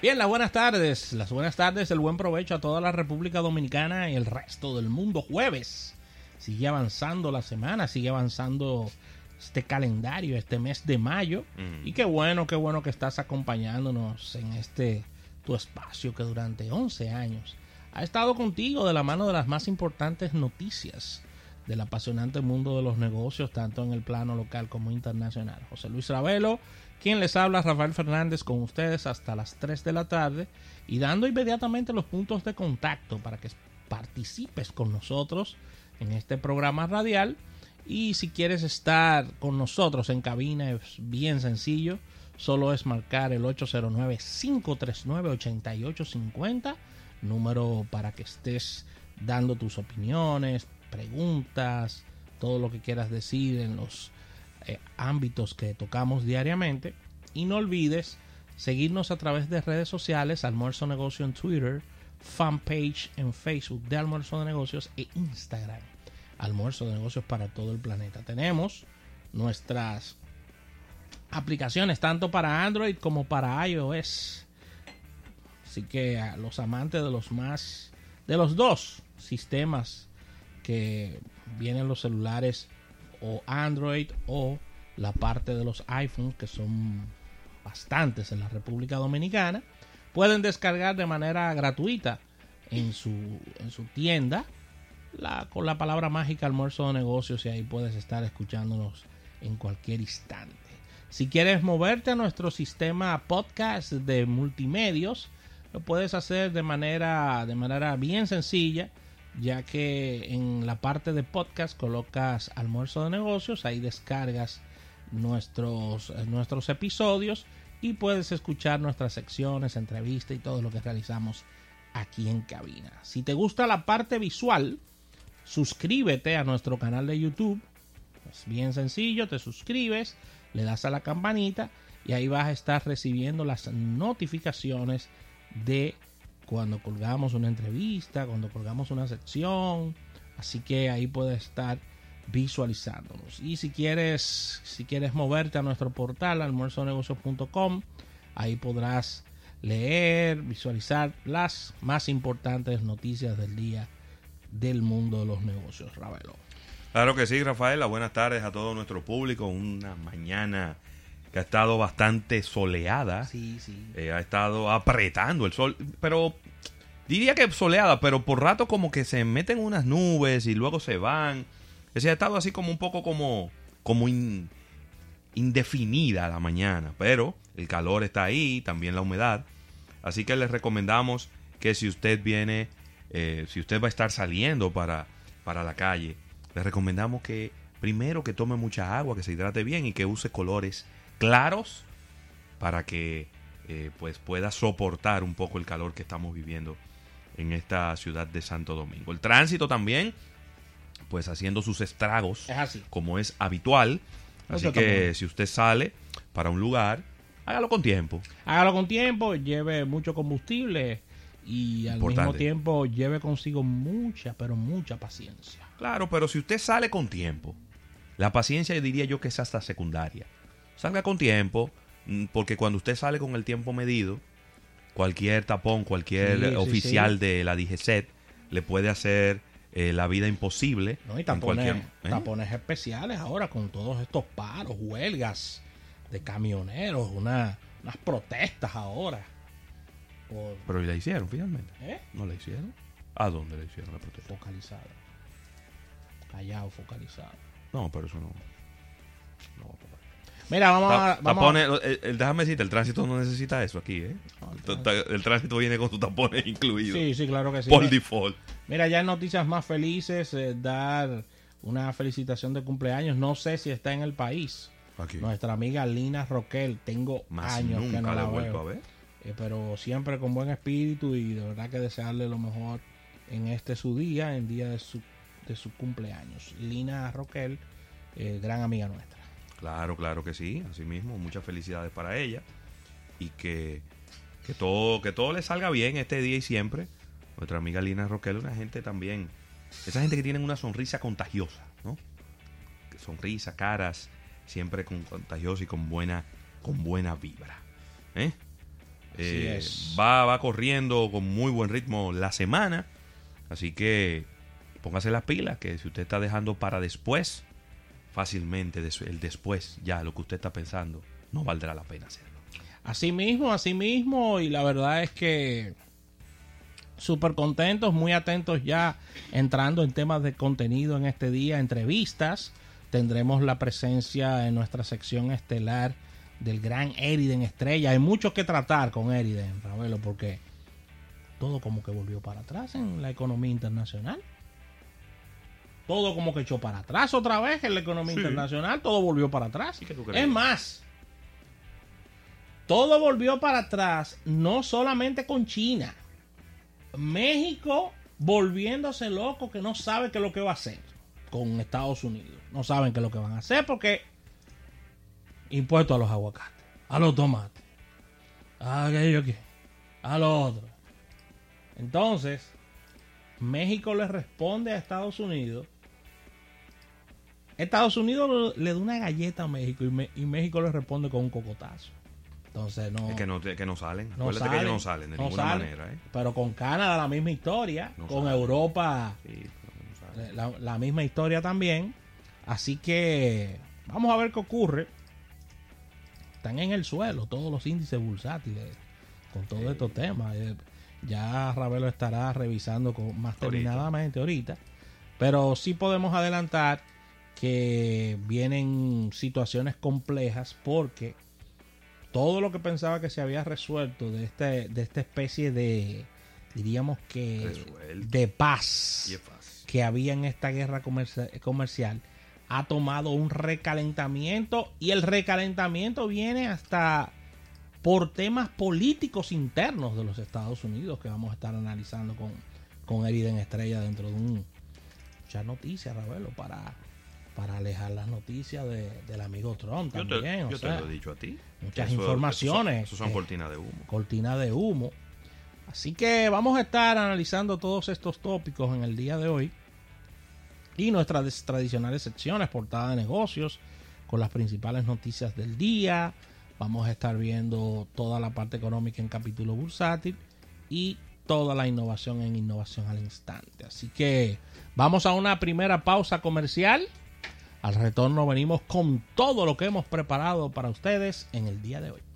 Bien, las buenas tardes, el buen provecho a toda la República Dominicana y el resto del mundo. Jueves, sigue avanzando la semana, sigue avanzando este calendario, este mes de mayo. Y qué bueno que estás acompañándonos en este tu espacio que durante 11 años ha estado contigo de la mano de las más importantes noticias del apasionante mundo de los negocios, tanto en el plano local como internacional. José Luis Ravelo, quien les habla, Rafael Fernández, con ustedes hasta las 3 de la tarde y dando inmediatamente los puntos de contacto para que participes con nosotros en este programa radial. Y si quieres estar con nosotros en cabina es bien sencillo, solo es marcar el 809-539-8850, número para que estés dando tus opiniones, preguntas, todo lo que quieras decir en los ámbitos que tocamos diariamente. Y no olvides seguirnos a través de redes sociales, Almuerzo Negocio en Twitter, fanpage en Facebook de Almuerzo de Negocios e Instagram, Almuerzo de Negocios para todo el planeta. Tenemos nuestras aplicaciones tanto para Android como para iOS, así que a los amantes de los dos sistemas que vienen los celulares, o Android o la parte de los iPhones, que son bastantes en la República Dominicana, pueden descargar de manera gratuita en su tienda con la palabra mágica Almuerzo de Negocios, y ahí puedes estar escuchándonos en cualquier instante. Si quieres moverte a nuestro sistema podcast de multimedios, lo puedes hacer de manera bien sencilla, ya que en la parte de podcast colocas Almuerzo de Negocios, ahí descargas nuestros episodios y puedes escuchar nuestras secciones, entrevistas y todo lo que realizamos aquí en cabina. Si te gusta la parte visual, suscríbete a nuestro canal de YouTube. Es bien sencillo, te suscribes, le das a la campanita y ahí vas a estar recibiendo las notificaciones de cuando colgamos una entrevista, cuando colgamos una sección, así que ahí puedes estar visualizándonos. Y si quieres moverte a nuestro portal almuerzonegocios.com, ahí podrás leer, visualizar las más importantes noticias del día del mundo de los negocios. Ravelo. Claro que sí, Rafaela. Buenas tardes a todo nuestro público. Una mañana que ha estado bastante soleada. Sí. Ha estado apretando el sol, pero diría que soleada, pero por rato como que se meten unas nubes y luego se van. Ha estado así como un poco como indefinida la mañana, pero el calor está ahí, también la humedad. Así que les recomendamos que si usted viene, si usted va a estar saliendo para la calle, les recomendamos que primero que tome mucha agua, que se hidrate bien y que use colores claros para que pues pueda soportar un poco el calor que estamos viviendo en esta ciudad de Santo Domingo. El tránsito también, pues haciendo sus estragos, como es habitual. Así que si usted sale para un lugar, hágalo con tiempo. Lleve mucho combustible y al mismo tiempo lleve consigo mucha paciencia. Claro, pero si usted sale con tiempo, la paciencia diría yo que es hasta secundaria. Salga con tiempo, porque cuando usted sale con el tiempo medido, cualquier tapón, cualquier oficial de la DGCET le puede hacer la vida imposible. No, y tapones especiales ahora con todos estos paros, huelgas de camioneros, unas protestas ahora. Pero la hicieron finalmente. ¿No la hicieron? ¿A dónde la hicieron la protesta? Focalizada. Callao, focalizado. No, pero eso no. Mira, vamos déjame decirte, el tránsito no necesita eso aquí, ¿eh? El tránsito viene con sus tapones incluidos. Sí, claro que sí. Por default. Mira, ya en noticias más felices, dar una felicitación de cumpleaños. No sé si está en el país. Aquí. Nuestra amiga Lina Roquel. Tengo años que no la vuelvo a ver. Pero siempre con buen espíritu y de verdad que desearle lo mejor en su día, en día de su cumpleaños. Lina Roquel, gran amiga nuestra. Claro que sí, así mismo, muchas felicidades para ella y que todo le salga bien este día y siempre. Nuestra amiga Lina Roquel, una gente también, esa gente que tiene una sonrisa contagiosa, ¿no? Sonrisa, caras, siempre contagiosa y con buena vibra, ¿eh? Va corriendo con muy buen ritmo la semana. Así que póngase las pilas, que si usted está dejando para después, fácilmente el después, ya lo que usted está pensando, no valdrá la pena hacerlo. Así mismo, y la verdad es que súper contentos, muy atentos ya entrando en temas de contenido en este día, entrevistas. Tendremos la presencia en nuestra sección estelar del gran Eriden Estrella. Hay mucho que tratar con Eriden, Ravelo, porque todo como que volvió para atrás en la economía internacional. Todo como que echó para atrás otra vez en la economía internacional. Todo volvió para atrás. Es más, todo volvió para atrás no solamente con China. México volviéndose loco, que no sabe qué es lo que va a hacer con Estados Unidos. No saben qué es lo que van a hacer porque impuesto a los aguacates, a los tomates, a aquello que, a lo otro. Entonces, México le responde a Estados Unidos. Estados Unidos le da una galleta a México y México le responde con un cocotazo. Entonces no. Es que no salen. No Acuérdate salen, que ellos no salen de ninguna manera. Pero con Canadá la misma historia. No con salen. Europa Sí, la misma historia también. Así que vamos a ver qué ocurre. Están en el suelo todos los índices bursátiles con todos estos temas. Ya Ravelo estará revisando más terminadamente ahorita. Pero sí podemos adelantar que vienen situaciones complejas porque todo lo que pensaba que se había resuelto de esta especie de, diríamos que, de paz que había en esta guerra comercial ha tomado un recalentamiento, y el recalentamiento viene hasta por temas políticos internos de los Estados Unidos, que vamos a estar analizando con Eriden Estrella dentro de muchas noticias, Ravelo, para alejar las noticias del amigo Trump también. Yo te lo he dicho a ti. Muchas informaciones. Eso son cortinas de humo. Cortinas de humo. Así que vamos a estar analizando todos estos tópicos en el día de hoy. Y nuestras tradicionales secciones, portada de negocios, con las principales noticias del día. Vamos a estar viendo toda la parte económica en capítulo bursátil y toda la innovación en innovación al instante. Así que vamos a una primera pausa comercial. Al retorno venimos con todo lo que hemos preparado para ustedes en el día de hoy.